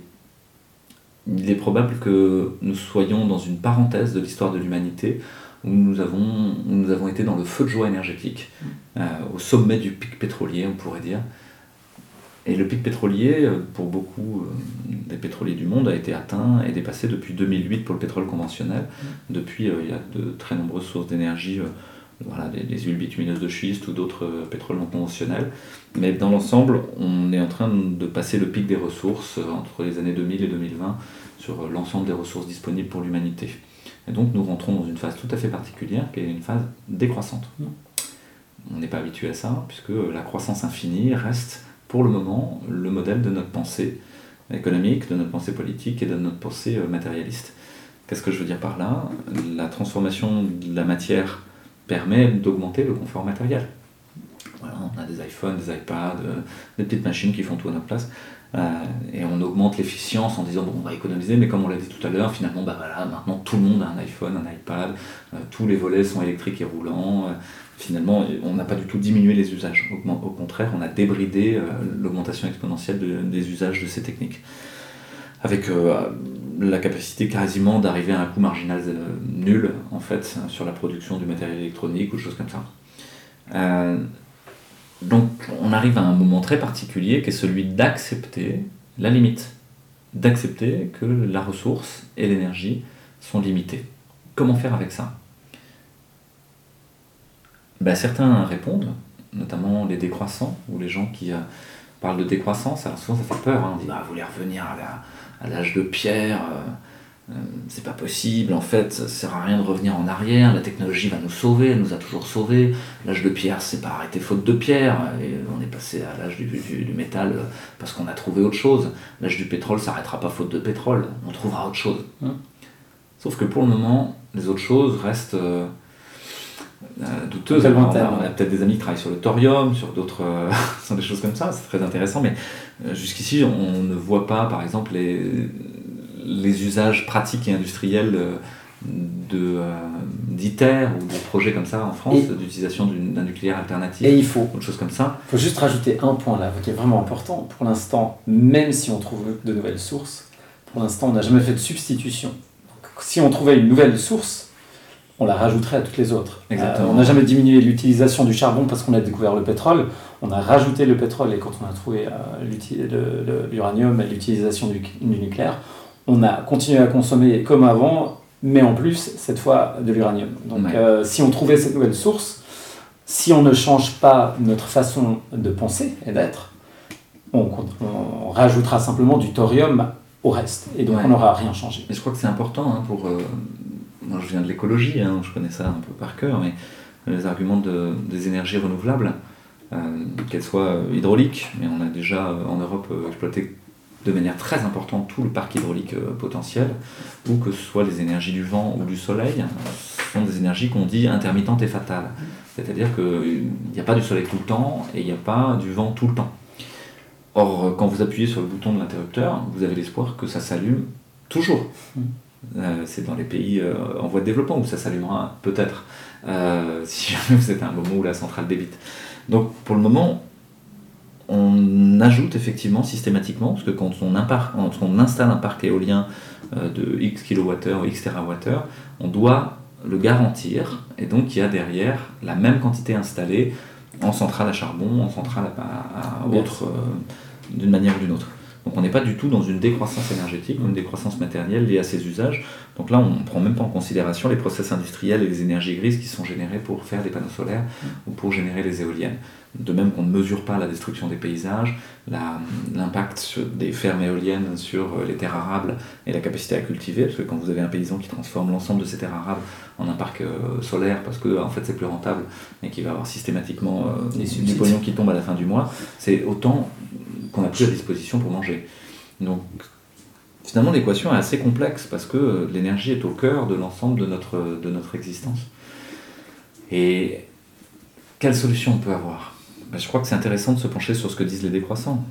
il est probable que nous soyons dans une parenthèse de l'histoire de l'humanité où nous avons été dans le feu de joie énergétique, au sommet du pic pétrolier, on pourrait dire. Et le pic pétrolier, pour beaucoup des pétroliers du monde, a été atteint et dépassé depuis 2008 pour le pétrole conventionnel. Depuis, il y a de très nombreuses sources d'énergie, voilà, les huiles bitumineuses de schiste ou d'autres pétroles non conventionnels. Mais dans l'ensemble, on est en train de passer le pic des ressources entre les années 2000 et 2020 sur l'ensemble des ressources disponibles pour l'humanité. Et donc nous rentrons dans une phase tout à fait particulière qui est une phase décroissante. On n'est pas habitué à ça puisque la croissance infinie reste pour le moment le modèle de notre pensée économique, de notre pensée politique et de notre pensée matérialiste. Qu'est-ce que je veux dire par là? La transformation de la matière permet d'augmenter le confort matériel. Voilà, on a des iPhones, des iPads, des petites machines qui font tout à notre place, et on augmente l'efficience en disant bon, on va économiser, mais comme on l'a dit tout à l'heure, finalement voilà, maintenant tout le monde a un iPhone, un iPad, tous les volets sont électriques et roulants, finalement on n'a pas du tout diminué les usages, au contraire on a débridé l'augmentation exponentielle des usages de ces techniques, avec la capacité quasiment d'arriver à un coût marginal nul en fait sur la production du matériel électronique ou des choses comme ça. Donc on arrive à un moment très particulier qui est celui d'accepter la limite, d'accepter que la ressource et l'énergie sont limitées. Comment faire avec ça ? Certains répondent, notamment les décroissants, ou les gens qui parlent de décroissance. Alors souvent ça fait peur, on dit vous voulez revenir à l'âge de pierre, c'est pas possible, en fait ça sert à rien de revenir en arrière, la technologie va nous sauver, elle nous a toujours sauvés, l'âge de pierre c'est pas arrêté faute de pierre, et on est passé à l'âge du métal parce qu'on a trouvé autre chose, l'âge du pétrole s'arrêtera pas faute de pétrole, on trouvera autre chose. Sauf que pour le moment, les autres choses restent douteuses. On a peut-être des amis qui travaillent sur le thorium, sur d'autres sur des choses comme ça, c'est très intéressant, mais jusqu'ici on ne voit pas par exemple les usages pratiques et industriels d'ITER ou de projets comme ça en France, d'utilisation d'un nucléaire alternatif, et il faut autre chose comme ça. Il faut juste rajouter un point là qui est vraiment important. Pour l'instant, même si on trouve de nouvelles sources, pour l'instant on n'a jamais fait de substitution. Donc, si on trouvait une nouvelle source, on la rajouterait à toutes les autres. On n'a jamais diminué l'utilisation du charbon parce qu'on a découvert le pétrole. On a rajouté le pétrole et quand on a trouvé l'uranium et l'utilisation du nucléaire, on a continué à consommer comme avant, mais en plus, cette fois, de l'uranium. Donc, si on trouvait cette nouvelle source, si on ne change pas notre façon de penser et d'être, on rajoutera simplement du thorium au reste. Et donc, on n'aura rien changé. Et je crois que c'est important pour... moi, je viens de l'écologie, je connais ça un peu par cœur, mais les arguments des énergies renouvelables, qu'elles soient hydrauliques, mais on a déjà en Europe exploité de manière très importante tout le parc hydraulique potentiel, ou que ce soit les énergies du vent ou du soleil, ce sont des énergies qu'on dit intermittentes et fatales. C'est-à-dire qu'il n'y a pas du soleil tout le temps et il n'y a pas du vent tout le temps. Or, quand vous appuyez sur le bouton de l'interrupteur, vous avez l'espoir que ça s'allume toujours. C'est dans les pays en voie de développement où ça s'allumera peut-être, si jamais vous êtes à un moment où la centrale débite. Donc pour le moment, on ajoute effectivement systématiquement, parce que quand on installe un parc éolien de X kWh ou X TWh, on doit le garantir, et donc il y a derrière la même quantité installée en centrale à charbon, en centrale à autre, d'une manière ou d'une autre. Donc on n'est pas du tout dans une décroissance énergétique ou une décroissance matérielle liée à ces usages. Donc là, on ne prend même pas en considération les process industriels et les énergies grises qui sont générées pour faire des panneaux solaires ou pour générer les éoliennes. De même qu'on ne mesure pas la destruction des paysages, l'impact des fermes éoliennes sur les terres arables et la capacité à cultiver, parce que quand vous avez un paysan qui transforme l'ensemble de ces terres arables en un parc solaire parce que en fait c'est plus rentable et qui va avoir systématiquement du pognon qui tombe à la fin du mois, c'est autant qu'on n'a plus à disposition pour manger. Donc finalement l'équation est assez complexe parce que l'énergie est au cœur de l'ensemble de notre existence. Et quelle solution on peut avoir ? Je crois que c'est intéressant de se pencher sur ce que disent les décroissants.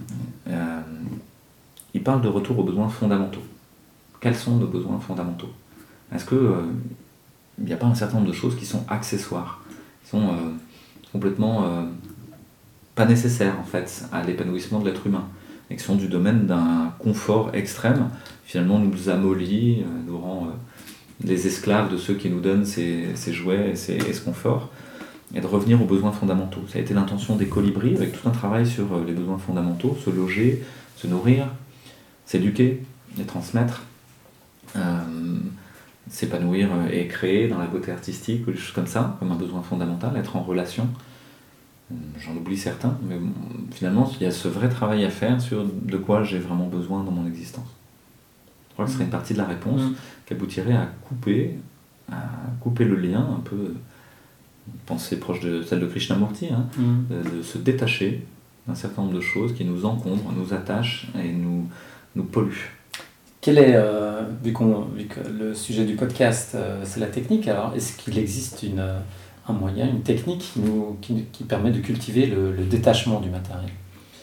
Ils parlent de retour aux besoins fondamentaux. Quels sont nos besoins fondamentaux ? Est-ce qu'il n'y a pas un certain nombre de choses qui sont accessoires, qui sont complètement pas nécessaires en fait à l'épanouissement de l'être humain, et qui sont du domaine d'un confort extrême, finalement nous amollit, nous rend les esclaves de ceux qui nous donnent ces jouets et ce confort, et de revenir aux besoins fondamentaux. Ça a été l'intention des colibris, avec tout un travail sur les besoins fondamentaux, se loger, se nourrir, s'éduquer, les transmettre, s'épanouir et créer dans la beauté artistique, ou des choses comme ça, comme un besoin fondamental, être en relation. J'en oublie certains, mais finalement, il y a ce vrai travail à faire sur de quoi j'ai vraiment besoin dans mon existence. Je crois que ce serait une partie de la réponse qui aboutirait à couper le lien, un peu, une pensée proche de celle de Krishnamurti, de se détacher d'un certain nombre de choses qui nous encombrent, nous attachent et nous polluent. Quel est, vu que le sujet du podcast, c'est la technique, alors est-ce qu'il existe un moyen, une technique qui permet de cultiver le détachement du matériel ?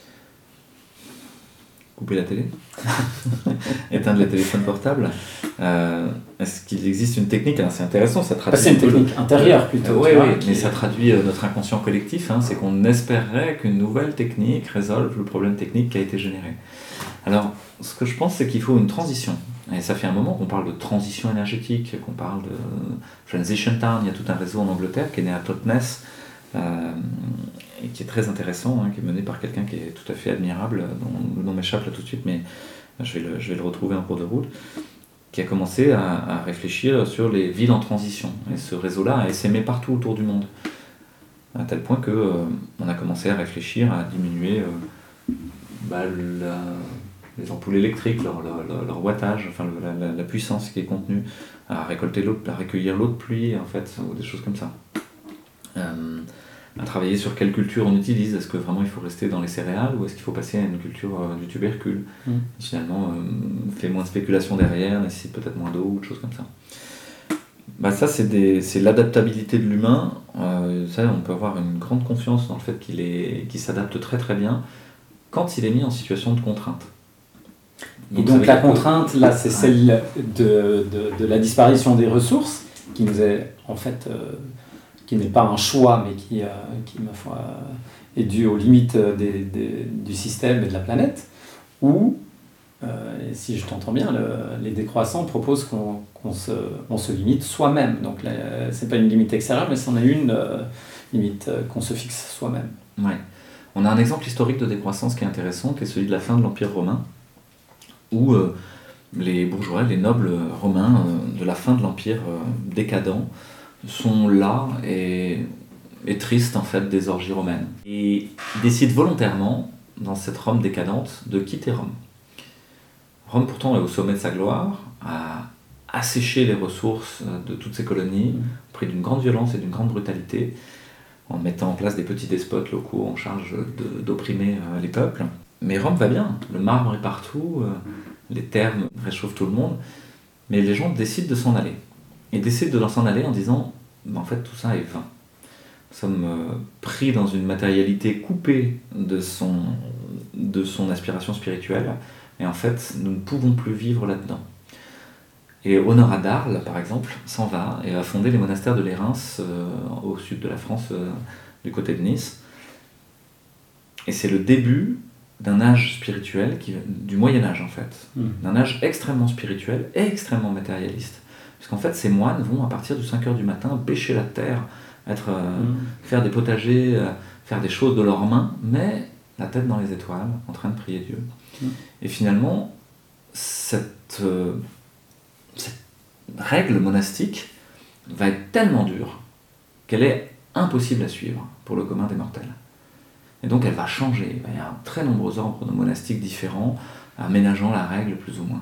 Couper la télé, éteindre les téléphones portables. Est-ce qu'il existe une technique ? Alors c'est intéressant, ça traduit. C'est une technique intérieure plutôt. Oui, mais ça traduit notre inconscient collectif. C'est qu'on espérerait qu'une nouvelle technique résolve le problème technique qui a été généré. Alors, ce que je pense, c'est qu'il faut une transition. Et ça fait un moment qu'on parle de transition énergétique, qu'on parle de Transition Town. Il y a tout un réseau en Angleterre qui est né à Totnes, et qui est très intéressant, qui est mené par quelqu'un qui est tout à fait admirable, dont le nom m'échappe là tout de suite, mais je vais le retrouver en cours de route, qui a commencé à réfléchir sur les villes en transition. Et ce réseau-là a essaimé partout autour du monde, à tel point qu'on a commencé à réfléchir à diminuer les ampoules électriques, leur wattage, enfin la puissance qui est contenue, à récolter l'eau, à recueillir l'eau de pluie, en fait, ou des choses comme ça. À travailler sur quelle culture on utilise. Est-ce que vraiment il faut rester dans les céréales ou est-ce qu'il faut passer à une culture du tubercule qui finalement fait moins de spéculation derrière, nécessite peut-être moins d'eau ou des choses comme ça. Ça c'est l'adaptabilité de l'humain. Ça, on peut avoir une grande confiance dans le fait qu'il s'adapte très très bien quand il est mis en situation de contrainte. Donc la contrainte, là, c'est celle de la disparition des ressources, qui nous est en fait, qui n'est pas un choix, mais qui ma foi, est due aux limites du système et de la planète, ou, si je t'entends bien, les décroissants proposent qu'on se limite soi-même. Donc c'est pas une limite extérieure, mais c'en est une limite qu'on se fixe soi-même. Ouais. On a un exemple historique de décroissance qui est intéressant, qui est celui de la fin de l'Empire romain, où les bourgeois, les nobles romains de la fin de l'Empire décadent sont là et tristes en fait des orgies romaines. Et ils décident volontairement, dans cette Rome décadente, de quitter Rome. Rome pourtant est au sommet de sa gloire, a asséché les ressources de toutes ses colonies, au prix d'une grande violence et d'une grande brutalité, en mettant en place des petits despotes locaux en charge d'opprimer les peuples. Mais Rome va bien, le marbre est partout, les thermes réchauffent tout le monde, mais les gens décident de s'en aller. Et décident de s'en aller en disant, en fait tout ça est vain. Nous sommes pris dans une matérialité coupée de son aspiration spirituelle, et en fait nous ne pouvons plus vivre là-dedans. Et Honorat d'Arles, par exemple, s'en va et va fonder les monastères de Lérins au sud de la France, du côté de Nice. Et c'est le début d'un âge spirituel, du Moyen-Âge en fait, d'un âge extrêmement spirituel et extrêmement matérialiste. Parce qu'en fait, ces moines vont, à partir de 5h du matin, bêcher la terre, faire des potagers, faire des choses de leurs mains, mais la tête dans les étoiles, en train de prier Dieu. Et finalement, cette règle monastique va être tellement dure qu'elle est impossible à suivre pour le commun des mortels. Et donc elle va changer. Il y a très nombreux ordres de monastiques différents, aménageant la règle plus ou moins.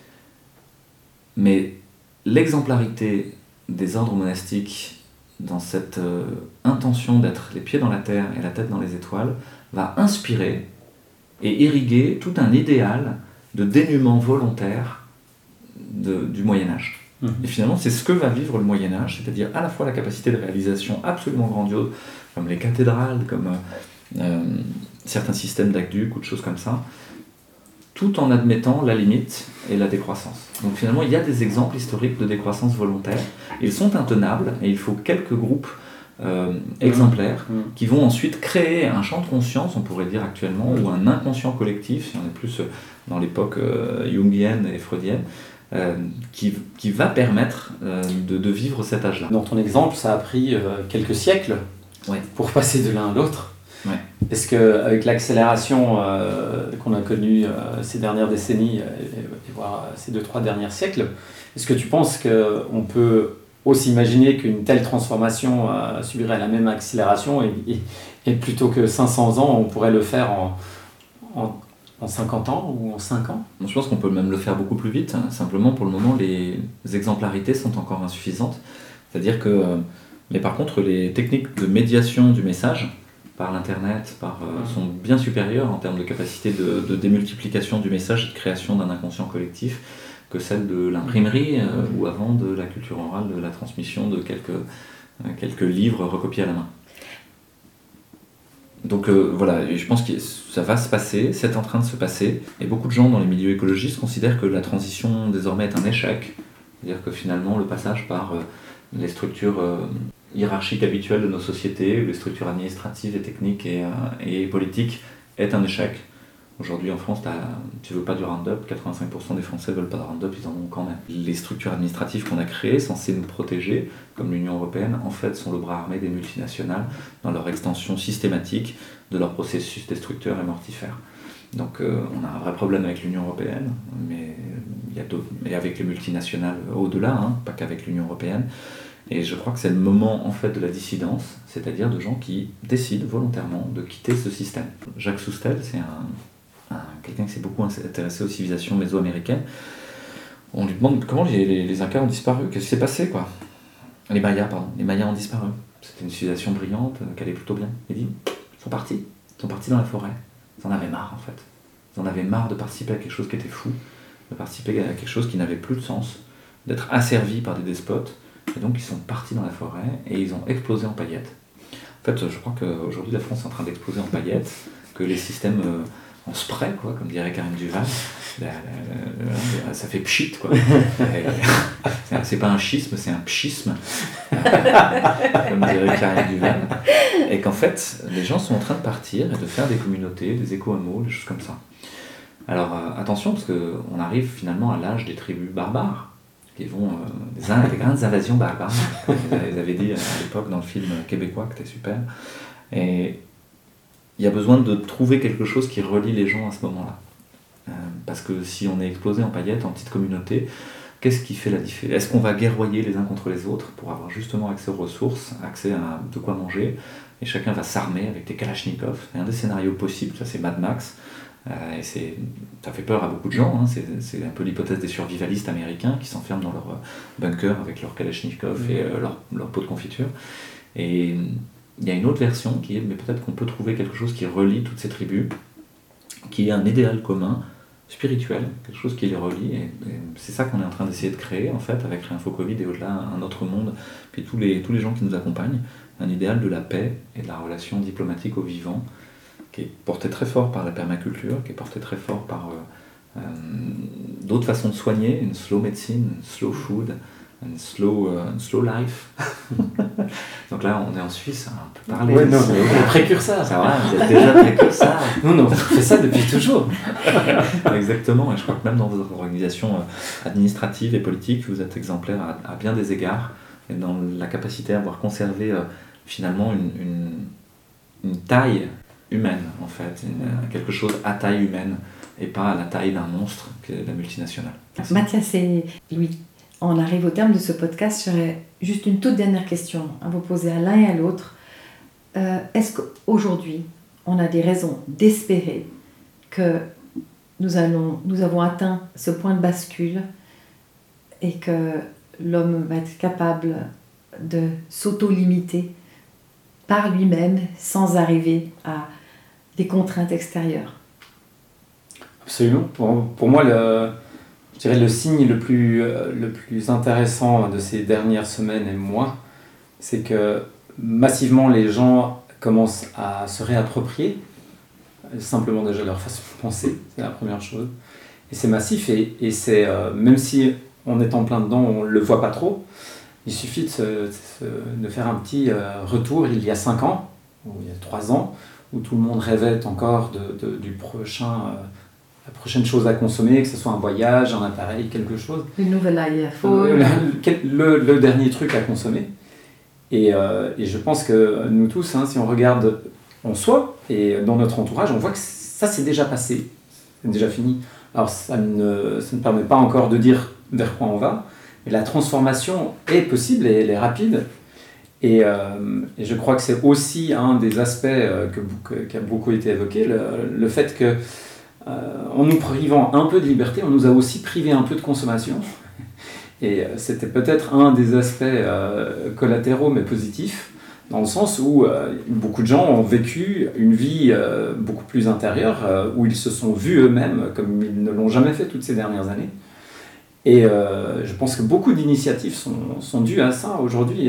Mais l'exemplarité des ordres monastiques dans cette intention d'être les pieds dans la terre et la tête dans les étoiles va inspirer et irriguer tout un idéal de dénuement volontaire du Moyen-Âge. Et finalement, c'est ce que va vivre le Moyen-Âge, c'est-à-dire à la fois la capacité de réalisation absolument grandiose, comme les cathédrales, comme certains systèmes d'aqueducs ou de choses comme ça, tout en admettant la limite et la décroissance. Donc finalement, il y a des exemples historiques de décroissance volontaire. Ils sont intenables et il faut quelques groupes exemplaires qui vont ensuite créer un champ de conscience, on pourrait dire actuellement, ou un inconscient collectif, si on est plus dans l'époque jungienne et freudienne, qui va permettre de vivre cet âge-là. Dans ton exemple, ça a pris quelques siècles pour passer de l'un à l'autre. Ouais. Est-ce qu'avec l'accélération qu'on a connue ces dernières décennies, et voire ces 2-3 derniers siècles, est-ce que tu penses qu'on peut aussi imaginer qu'une telle transformation subirait la même accélération et plutôt que 500 ans, on pourrait le faire en 50 ans ou en 5 ans ? Je pense qu'on peut même le faire beaucoup plus vite. Simplement, pour le moment, les exemplarités sont encore insuffisantes. C'est-à-dire que, mais par contre, les techniques de médiation du message par l'internet sont bien supérieures en termes de capacité de démultiplication du message et de création d'un inconscient collectif que celle de l'imprimerie ou avant de la culture orale, de la transmission de quelques livres recopiés à la main. Donc voilà, je pense que ça va se passer, c'est en train de se passer, et beaucoup de gens dans les milieux écologistes considèrent que la transition désormais est un échec, c'est-à-dire que finalement le passage par les structures hiérarchiques habituelles de nos sociétés, les structures administratives et techniques et politiques est un échec. Aujourd'hui en France, tu veux pas du Roundup, 85% des Français veulent pas de Roundup, ils en ont quand même. Les structures administratives qu'on a créées, censées nous protéger, comme l'Union européenne, en fait sont le bras armé des multinationales dans leur extension systématique de leur processus destructeur et mortifère. Donc on a un vrai problème avec l'Union européenne, mais et avec les multinationales au-delà, pas qu'avec l'Union européenne. Et je crois que c'est le moment en fait de la dissidence, c'est-à-dire de gens qui décident volontairement de quitter ce système. Jacques Soustelle, c'est quelqu'un qui s'est beaucoup intéressé aux civilisations mésoaméricaines. On lui demande comment les Incas ont disparu, qu'est-ce qui s'est passé quoi. Les Mayas ont disparu. C'était une civilisation brillante, qui allait plutôt bien. Il dit, ils sont partis dans la forêt. Ils en avaient marre en fait. Ils en avaient marre de participer à quelque chose qui était fou, de participer à quelque chose qui n'avait plus de sens, d'être asservis par des despotes. Et donc ils sont partis dans la forêt et ils ont explosé en paillettes. En fait, je crois qu'aujourd'hui la France est en train d'exploser en paillettes, que les systèmes en spray, quoi, comme dirait Karim Duval, ça fait pchit, quoi. C'est pas un schisme, c'est un pchisme, comme dirait Karim Duval. Et qu'en fait, les gens sont en train de partir et de faire des communautés, des éco-hameaux, des choses comme ça. Alors attention, parce qu'on arrive finalement à l'âge des tribus barbares, qui vont des grandes invasions barbares. Ils avaient dit à l'époque dans le film québécois que c'était super. Et il y a besoin de trouver quelque chose qui relie les gens à ce moment-là. Parce que si on est explosé en paillettes, en petites communautés, qu'est-ce qui fait la différence ? Est-ce qu'on va guerroyer les uns contre les autres pour avoir justement accès aux ressources, accès à de quoi manger, et chacun va s'armer avec des kalachnikovs ? C'est un des scénarios possibles, ça c'est Mad Max. Et ça fait peur à beaucoup de gens, c'est un peu l'hypothèse des survivalistes américains qui s'enferment dans leur bunker avec leur kalachnikov et leur pot de confiture. Et il y a une autre version qui est, mais peut-être qu'on peut trouver quelque chose qui relie toutes ces tribus, qui est un idéal commun, spirituel, quelque chose qui les relie, et c'est ça qu'on est en train d'essayer de créer en fait avec Réinfo Covid et au-delà un autre monde, puis tous les gens qui nous accompagnent, un idéal de la paix et de la relation diplomatique au vivant, qui est porté très fort par la permaculture, qui est porté très fort par d'autres façons de soigner, une slow médecine, une slow food, une slow life. Donc là, on est en Suisse, on peut parler. Ouais, non, mais on est précurseur. Ça va, vous êtes déjà précurseur. Non, on fait ça depuis toujours. Exactement, et je crois que même dans votre organisation administrative et politique, vous êtes exemplaire à bien des égards, et dans la capacité à avoir conservé finalement une taille humaine, en fait, quelque chose à taille humaine, et pas à la taille d'un monstre que la multinationale. Merci. Mathias et Louis, on arrive au terme de ce podcast. J'aurais juste une toute dernière question à vous poser à l'un et à l'autre. Est-ce qu'aujourd'hui, on a des raisons d'espérer que nous avons atteint ce point de bascule et que l'homme va être capable de s'auto-limiter par lui-même sans arriver à des contraintes extérieures? Absolument. Pour moi, je dirais le signe le plus intéressant de ces dernières semaines et mois, c'est que massivement les gens commencent à se réapproprier simplement déjà leur façon de penser, c'est la première chose. Et c'est massif et c'est, même si on est en plein dedans, on ne le voit pas trop, il suffit de faire un petit retour il y a 5 ans, ou il y a 3 ans, où tout le monde rêvait encore du la prochaine chose à consommer, que ce soit un voyage, un appareil, quelque chose. Une nouvelle iPhone. Le dernier truc à consommer. Et je pense que nous tous, si on regarde en soi et dans notre entourage, on voit que ça c'est déjà passé, c'est déjà fini. Alors ça ne permet pas encore de dire vers quoi on va, mais la transformation est possible et elle est rapide. Et je crois que c'est aussi un des aspects qui a beaucoup été évoqué, le fait que en nous privant un peu de liberté, on nous a aussi privé un peu de consommation. Et c'était peut-être un des aspects collatéraux mais positifs, dans le sens où beaucoup de gens ont vécu une vie beaucoup plus intérieure, où ils se sont vus eux-mêmes comme ils ne l'ont jamais fait toutes ces dernières années. Et je pense que beaucoup d'initiatives sont dues à ça. Aujourd'hui,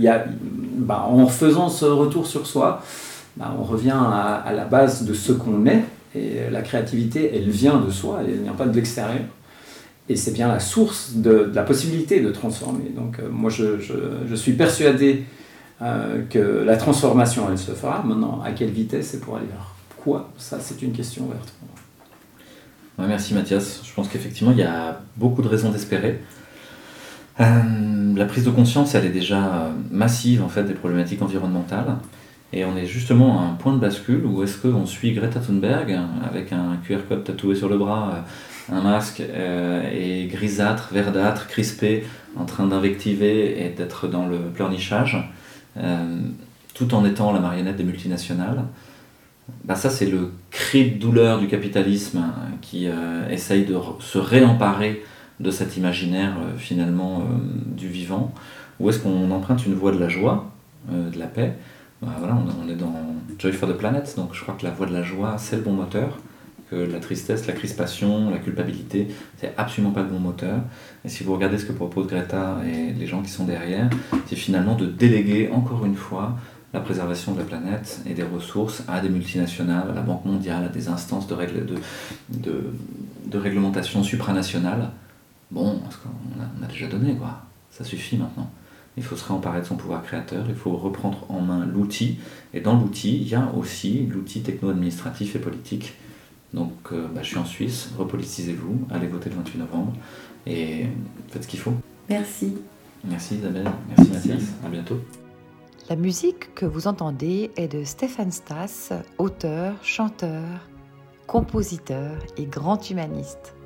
en faisant ce retour sur soi, on revient à la base de ce qu'on est. Et la créativité, elle vient de soi, elle ne vient pas de l'extérieur. Et c'est bien la source de la possibilité de transformer. Donc moi, je suis persuadé que la transformation, elle se fera. Maintenant, à quelle vitesse et pour aller vers quoi ? Ça, c'est une question ouverte pour moi. Ouais, merci Mathias. Je pense qu'effectivement, il y a beaucoup de raisons d'espérer. La prise de conscience, elle est déjà massive en fait des problématiques environnementales. Et on est justement à un point de bascule où est-ce qu'on suit Greta Thunberg avec un QR code tatoué sur le bras, un masque et grisâtre, verdâtre, crispé, en train d'invectiver et d'être dans le pleurnichage, tout en étant la marionnette des multinationales. Ça c'est le cri de douleur du capitalisme qui essaye de se réemparer de cet imaginaire finalement du vivant. Ou est-ce qu'on emprunte une voie de la joie, de la paix? Voilà, on est dans Joy for the Planet, donc je crois que la voie de la joie, c'est le bon moteur, que la tristesse, la crispation, la culpabilité, c'est absolument pas le bon moteur. Et si vous regardez ce que propose Greta et les gens qui sont derrière, c'est finalement de déléguer encore une fois la préservation de la planète et des ressources à des multinationales, à la Banque mondiale, à des instances de réglementation supranationale. Bon, parce qu'on a déjà donné, quoi. Ça suffit maintenant. Il faut se réemparer de son pouvoir créateur, il faut reprendre en main l'outil. Et dans l'outil, il y a aussi l'outil techno-administratif et politique. Donc je suis en Suisse, repolitisez-vous, allez voter le 28 novembre et faites ce qu'il faut. Merci. Merci Isabelle, merci Mathias, à bientôt. La musique que vous entendez est de Stefan Stas, auteur, chanteur, compositeur et grand humaniste.